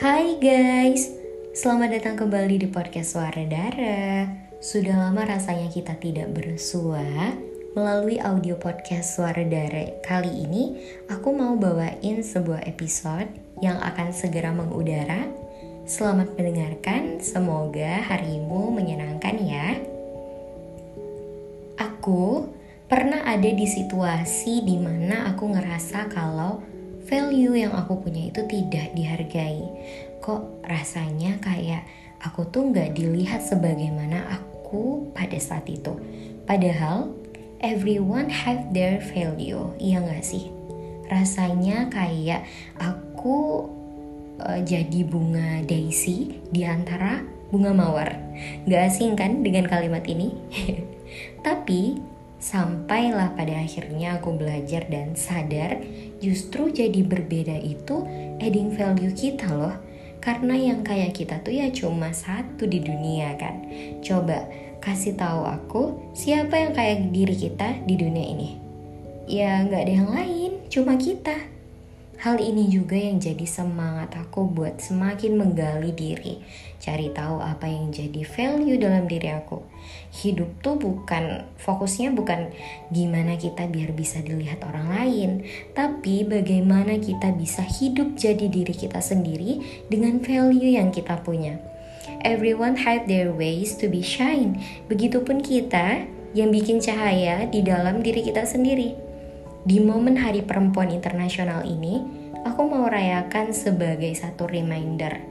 Hai guys, selamat datang kembali di podcast Suara Dara. Sudah lama rasanya kita tidak bersua melalui audio podcast Suara Dara. Kali ini aku mau bawain sebuah episode yang akan segera mengudara. Selamat mendengarkan, semoga harimu menyenangkan ya. Aku pernah ada di situasi dimana aku ngerasa kalau value yang aku punya itu tidak dihargai. Kok rasanya kayak aku tuh gak dilihat sebagaimana aku pada saat itu. Padahal everyone have their value, iya gak sih? Rasanya kayak aku jadi bunga daisy di antara bunga mawar. Gak asing kan dengan kalimat ini? Tapi sampailah pada akhirnya aku belajar dan sadar justru jadi berbeda itu adding value kita loh. Karena yang kayak kita tuh ya cuma satu di dunia kan. Coba kasih tahu aku siapa yang kayak diri kita di dunia ini. Ya gak ada yang lain, cuma kita. Hal ini juga yang jadi semangat aku buat semakin menggali diri, cari tahu apa yang jadi value dalam diri aku. Hidup tuh fokusnya bukan gimana kita biar bisa dilihat orang lain, tapi bagaimana kita bisa hidup jadi diri kita sendiri dengan value yang kita punya. Everyone have their ways to be shine. Begitupun kita yang bikin cahaya di dalam diri kita sendiri. Di momen Hari Perempuan Internasional ini, aku mau rayakan sebagai satu reminder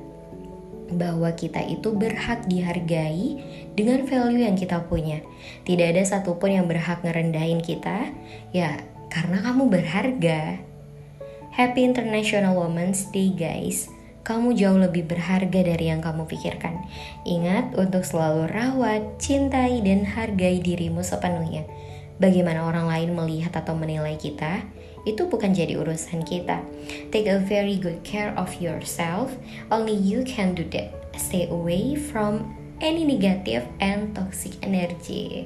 bahwa kita itu berhak dihargai dengan value yang kita punya. Tidak ada satupun yang berhak ngerendahin kita, ya karena kamu berharga. Happy International Women's Day guys. Kamu jauh lebih berharga dari yang kamu pikirkan. Ingat untuk selalu rawat, cintai, dan hargai dirimu sepenuhnya. Bagaimana orang lain melihat atau menilai kita, itu bukan jadi urusan kita. Take a very good care of yourself. Only you can do that. Stay away from any negative and toxic energy.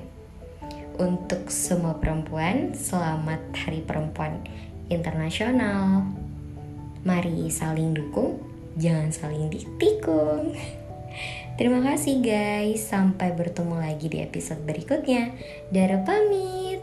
Untuk semua perempuan, selamat Hari Perempuan Internasional. Mari saling dukung, jangan saling ditikung. Terima kasih guys, sampai bertemu lagi di episode berikutnya. Dara pamit.